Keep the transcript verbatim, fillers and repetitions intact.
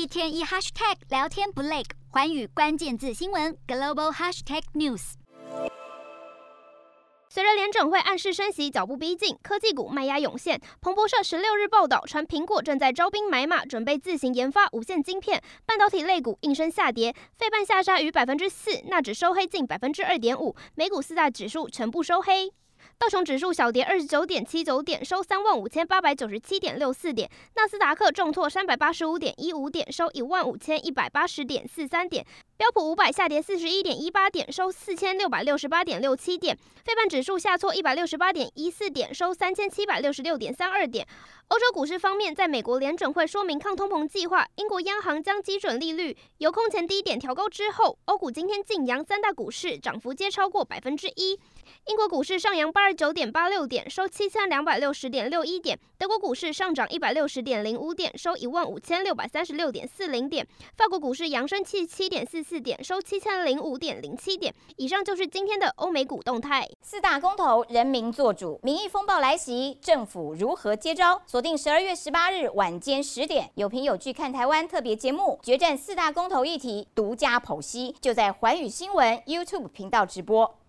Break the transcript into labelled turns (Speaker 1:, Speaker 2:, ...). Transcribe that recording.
Speaker 1: 天一 hashtag 聊天不累，寰宇关键字新闻 global hashtag news。
Speaker 2: 随着联准会暗示升息脚步逼近，科技股卖压涌现。彭博社十六日报道，传苹果正在招兵买马，准备自行研发无线晶片。半导体类股应声下跌，费半下杀逾百分之四，纳指收黑近百分之二点五，美股四大指数全部收黑。道琼指数小跌二十九点七九点，收三万五千八百九十七点六四点；纳斯达克重挫三百八十五点一五点，收一万五千一百八十点四三点；标普五百下跌四十一点一八点，收四千六百六十八点六七点；费半指数下挫一百六十八点一四点，收三千七百六十六点三二点。欧洲股市方面，在美国联准会说明抗通膨计划，英国央行将基准利率由空前低点调高之后，欧股今天晋阳，三大股市涨幅皆超过百分之一。英国股市上扬八十九点八六点，收七千两百六十点六一点；德国股市上涨一百六十点零五点，收一万五千六百三十六点四零点；法国股市扬升七十七点四四点，收七千零五点零七点。以上就是今天的欧美股动态。
Speaker 3: 四大公投，人民做主，民意风暴来袭，政府如何接招？锁定十二月十八日晚间十点，有凭有据看台湾特别节目，决战四大公投议题，独家剖析，就在寰宇新闻 YouTube 频道直播。